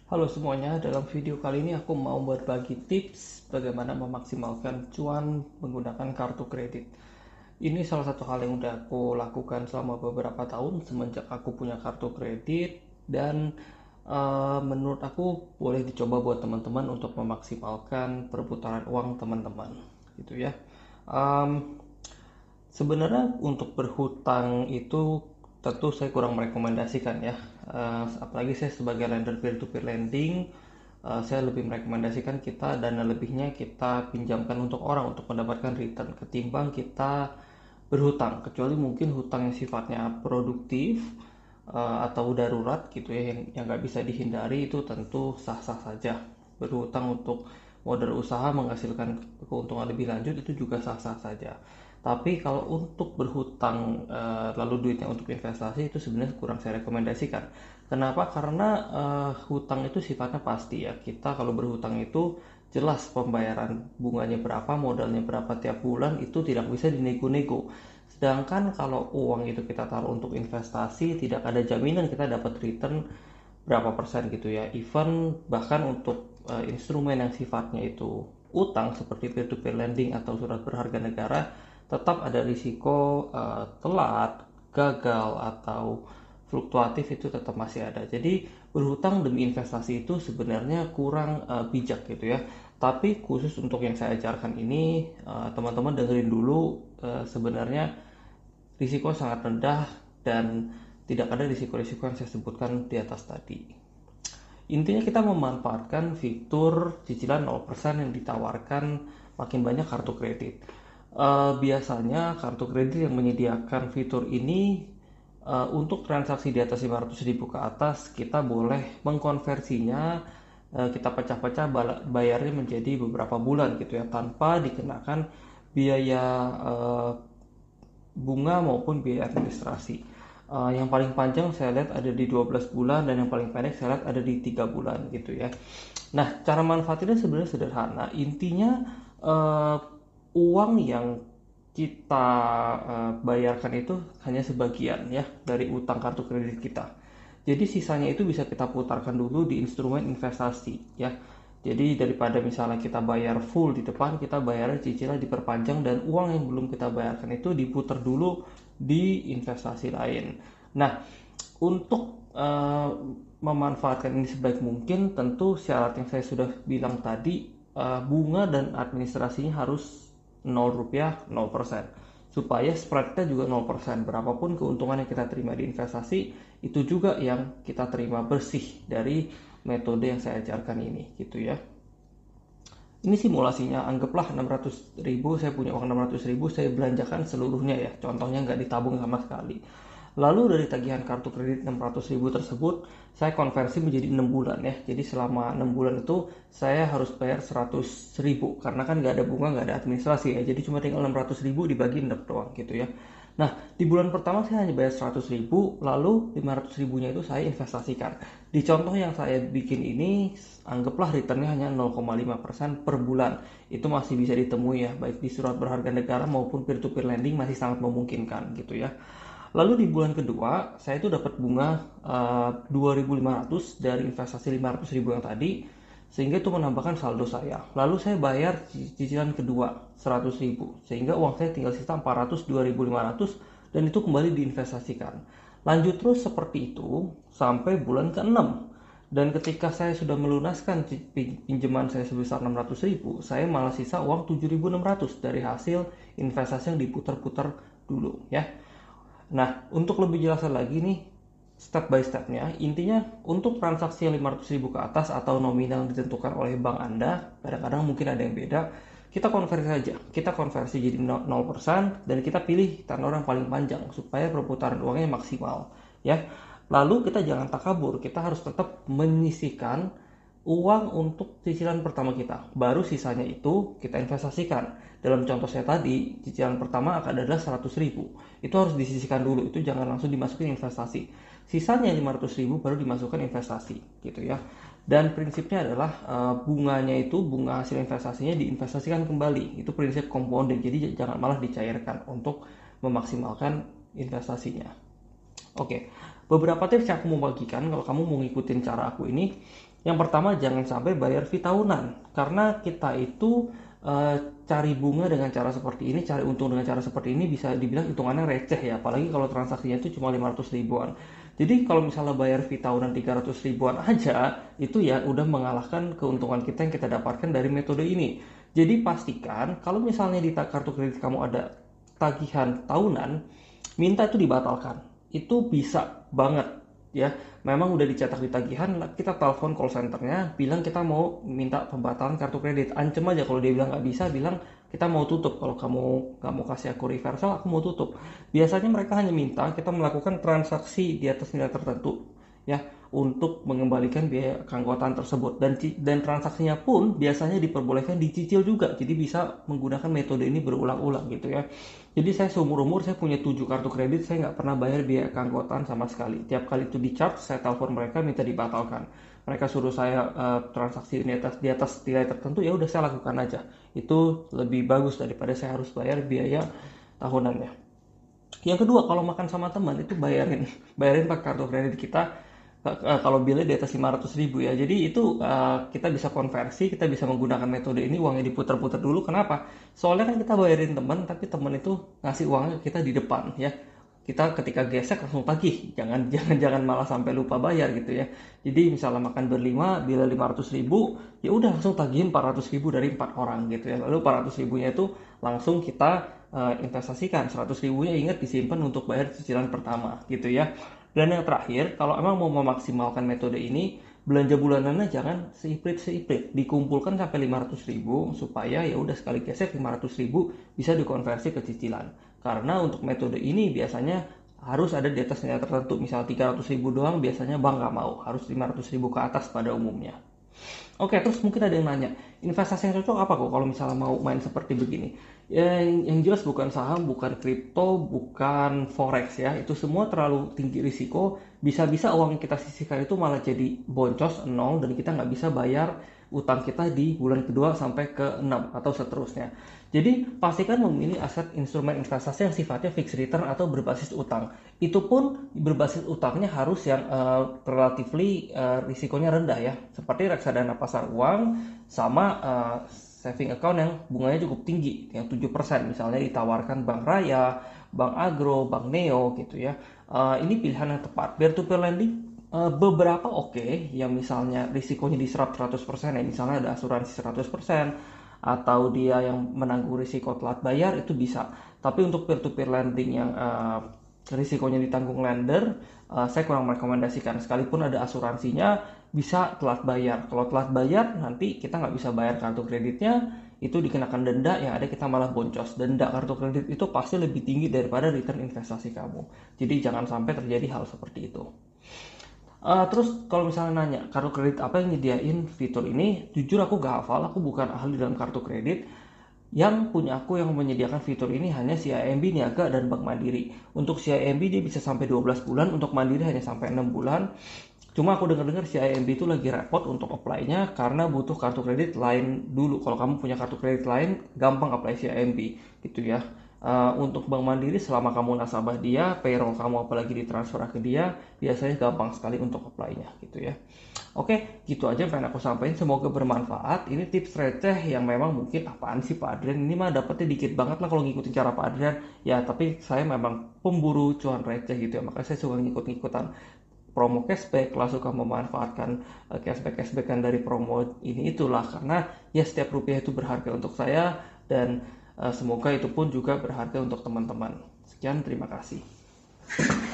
Halo semuanya, dalam video kali ini aku mau berbagi tips bagaimana memaksimalkan cuan menggunakan kartu kredit. Ini salah satu hal yang udah aku lakukan selama beberapa tahun semenjak aku punya kartu kredit dan menurut aku boleh dicoba buat teman-teman untuk memaksimalkan perputaran uang teman-teman gitu ya. Em, Sebenarnya untuk berhutang itu tentu saya kurang merekomendasikan ya. Apalagi saya sebagai lender peer-to-peer lending, saya lebih merekomendasikan kita dana lebihnya kita pinjamkan untuk orang untuk mendapatkan return ketimbang kita berhutang. Kecuali mungkin hutang yang sifatnya produktif atau darurat gitu ya yang nggak bisa dihindari itu tentu sah-sah saja. Berhutang untuk modal usaha menghasilkan keuntungan lebih lanjut itu juga sah-sah saja. Tapi kalau untuk berhutang lalu duitnya untuk investasi itu sebenarnya kurang saya rekomendasikan. Kenapa? Karena hutang itu sifatnya pasti ya. Kita kalau berhutang itu jelas pembayaran bunganya berapa, modalnya berapa tiap bulan itu tidak bisa dinego-nego. Sedangkan kalau uang itu kita taruh untuk investasi tidak ada jaminan kita dapat return berapa persen gitu ya. Even bahkan untuk instrumen yang sifatnya itu utang seperti peer-to-peer lending atau surat berharga negara tetap ada risiko telat, gagal atau fluktuatif itu tetap masih ada. Jadi berhutang demi investasi itu sebenarnya kurang bijak gitu ya. Tapi khusus untuk yang saya ajarkan ini teman-teman dengerin dulu, sebenarnya risiko sangat rendah dan tidak ada risiko-risiko yang saya sebutkan di atas tadi. Intinya kita memanfaatkan fitur cicilan 0% yang ditawarkan makin banyak kartu kredit. Biasanya kartu kredit yang menyediakan fitur ini untuk transaksi di atas 500.000 ke atas kita boleh mengkonversinya, kita pecah-pecah bayarnya menjadi beberapa bulan gitu ya tanpa dikenakan biaya bunga maupun biaya administrasi. Yang paling panjang saya lihat ada di 12 bulan dan yang paling pendek saya lihat ada di 3 bulan gitu ya. Nah, cara manfaatinnya sebenarnya sederhana. Intinya uh, uang yang kita bayarkan itu hanya sebagian ya dari utang kartu kredit kita. Jadi sisanya itu bisa kita putarkan dulu di instrumen investasi ya. Jadi daripada misalnya kita bayar full di depan, kita bayar cicilan diperpanjang dan uang yang belum kita bayarkan itu diputar dulu di investasi lain. Nah, untuk memanfaatkan ini sebaik mungkin, tentu syarat yang saya sudah bilang tadi, bunga dan administrasinya harus 0 rupiah 0%, supaya spreadnya juga 0%. Berapapun keuntungan yang kita terima di investasi, itu juga yang kita terima bersih dari metode yang saya ajarkan ini gitu ya. Ini simulasinya, anggaplah 600.000, saya punya uang 600.000, saya belanjakan seluruhnya ya, contohnya nggak ditabung sama sekali. Lalu dari tagihan kartu kredit 600.000 tersebut, saya konversi menjadi 6 bulan ya. Jadi selama 6 bulan itu saya harus bayar 100.000, karena kan nggak ada bunga, nggak ada administrasi ya. Jadi cuma tinggal 600.000 dibagi 6 doang gitu ya. Nah, di bulan pertama saya hanya bayar 100.000, lalu 500 ribunya itu saya investasikan. Di contoh yang saya bikin ini, anggaplah returnnya hanya 0,5% per bulan. Itu masih bisa ditemui ya, baik di surat berharga negara maupun peer-to-peer lending masih sangat memungkinkan gitu ya. Lalu di bulan kedua, saya itu dapat bunga 2.500 dari investasi 500.000 yang tadi, sehingga itu menambahkan saldo saya. Lalu saya bayar cicilan kedua 100.000, sehingga uang saya tinggal sisa 400, 2.500, dan itu kembali diinvestasikan. Lanjut terus seperti itu sampai bulan ke-6. Dan ketika saya sudah melunaskan pinjaman saya sebesar 600.000, saya malah sisa uang 7.600 dari hasil investasi yang diputar-putar dulu ya. Nah, untuk lebih jelasnya lagi nih, step by stepnya, intinya untuk transaksi yang 500.000 ke atas atau nominal yang ditentukan oleh bank Anda, kadang-kadang mungkin ada yang beda, kita konversi saja. Kita konversi jadi 0% dan kita pilih tenor yang paling panjang supaya perputaran uangnya maksimal. Ya. Lalu kita jangan takabur, kita harus tetap menyisihkan uang untuk cicilan pertama kita. Baru sisanya itu kita investasikan. Dalam contoh saya tadi, cicilan pertama akan adalah 100.000. Itu harus disisihkan dulu, itu jangan langsung dimasukin investasi. Sisanya 500.000 baru dimasukkan investasi, gitu ya. Dan prinsipnya adalah bunganya itu, bunga hasil investasinya diinvestasikan kembali. Itu prinsip compounding, jadi jangan malah dicairkan untuk memaksimalkan investasinya. Oke, Beberapa tips yang aku mau bagikan kalau kamu mau ngikutin cara aku ini. Yang pertama, jangan sampai bayar fee tahunan. Karena kita itu cari bunga dengan cara seperti ini, cari untung dengan cara seperti ini bisa dibilang hitungannya receh ya. Apalagi kalau transaksinya itu cuma 500 ribuan. Jadi kalau misalnya bayar fee tahunan 300 ribuan aja, itu ya udah mengalahkan keuntungan kita yang kita dapatkan dari metode ini. Jadi pastikan kalau misalnya di kartu kredit kamu ada tagihan tahunan, minta itu dibatalkan. Itu bisa banget ya. Memang udah dicetak di tagihan, kita telepon call centernya, bilang kita mau minta pembatalan kartu kredit. Ancem aja kalau dia bilang nggak bisa, bilang kita mau tutup. Kalau kamu nggak mau kasih aku reversal, aku mau tutup. Biasanya mereka hanya minta kita melakukan transaksi di atas nilai tertentu ya untuk mengembalikan biaya keanggotaan tersebut, dan transaksinya pun biasanya diperbolehkan dicicil juga, jadi bisa menggunakan metode ini berulang-ulang gitu ya. Jadi saya seumur umur saya punya 7 kartu kredit, saya nggak pernah bayar biaya keanggotaan sama sekali. Tiap kali itu di charge, saya telepon mereka minta dibatalkan. Mereka suruh saya transaksi di atas nilai tertentu, ya udah saya lakukan aja. Itu lebih bagus daripada saya harus bayar biaya tahunannya. Yang kedua, kalau makan sama teman itu bayarin pakai kartu kredit kita. Kalau bilnya di atas 500 ribu ya, jadi itu kita bisa konversi, kita bisa menggunakan metode ini, uangnya diputar-putar dulu. Kenapa? Soalnya kan kita bayarin teman, tapi teman itu ngasih uangnya kita di depan ya. Kita ketika gesek langsung tagih, jangan malah sampai lupa bayar gitu ya. Jadi misalnya makan berlima, bila 500 ribu, ya udah langsung tagihin 400 ribu dari 4 orang gitu ya. Lalu 400 ribunya itu langsung kita investasikan, 100 ribunya ingat disimpan untuk bayar cicilan pertama gitu ya. Dan yang terakhir, kalau emang mau memaksimalkan metode ini, belanja bulanannya jangan seiprit, dikumpulkan sampai 500 ribu supaya ya udah sekali gesek 500 ribu bisa dikonversi ke cicilan. Karena untuk metode ini biasanya harus ada di atas nilai tertentu, misal 300 ribu doang biasanya bank nggak mau, harus 500 ribu ke atas pada umumnya. Oke, terus mungkin ada yang nanya, investasi yang cocok apa kok kalau misalnya mau main seperti begini? Yang jelas bukan saham, bukan kripto, bukan forex ya. Itu semua terlalu tinggi risiko. Bisa-bisa uang yang kita sisihkan itu malah jadi boncos, nol, dan kita nggak bisa bayar utang kita di bulan kedua sampai ke 6 atau seterusnya. Jadi pastikan memilih aset instrumen investasi yang sifatnya fixed return atau berbasis utang. Itu pun berbasis utangnya harus yang relatively risikonya rendah ya. Seperti reksadana pasar uang sama saving account yang bunganya cukup tinggi, yang 7% misalnya ditawarkan Bank Raya, Bank Agro, Bank Neo gitu ya. Ini pilihan yang tepat. Peer-to-peer lending beberapa oke, yang misalnya risikonya diserap 100% ya, misalnya ada asuransi 100%, atau dia yang menanggung risiko telat bayar itu bisa. Tapi untuk peer-to-peer lending yang risikonya ditanggung lender, saya kurang merekomendasikan. Sekalipun ada asuransinya, bisa telat bayar. Kalau telat bayar, nanti kita nggak bisa bayar kartu kreditnya, itu dikenakan denda, yang ada kita malah boncos. Denda kartu kredit itu pasti lebih tinggi daripada return investasi kamu. Jadi jangan sampai terjadi hal seperti itu. Terus kalau misalnya nanya kartu kredit apa yang nyediain fitur ini, jujur aku gak hafal, aku bukan ahli dalam kartu kredit. Yang punya aku yang menyediakan fitur ini hanya CIMB, Niaga, dan Bank Mandiri. Untuk CIMB dia bisa sampai 12 bulan, untuk Mandiri hanya sampai 6 bulan. Cuma aku dengar-dengar CIMB itu lagi repot untuk apply-nya karena butuh kartu kredit lain dulu. Kalau kamu punya kartu kredit lain, gampang apply CIMB gitu ya. Untuk Bank Mandiri, selama kamu nasabah dia, payroll kamu apalagi ditransfer ke dia, biasanya gampang sekali untuk apply-nya gitu ya. Oke, gitu aja yang pengen aku sampaikan. Semoga bermanfaat. Ini tips receh yang memang mungkin apaan sih Pak Adrian? Ini mah dapetnya dikit banget lah kalau ngikutin cara Pak Adrian. Ya, tapi saya memang pemburu cuan receh gitu ya. Makanya saya suka ngikut-ngikutan promo cashback, lah suka memanfaatkan cashback-cashbackan dari promo ini itulah. Karena ya setiap rupiah itu berharga untuk saya, dan semoga itu pun juga berharga untuk teman-teman. Sekian, terima kasih.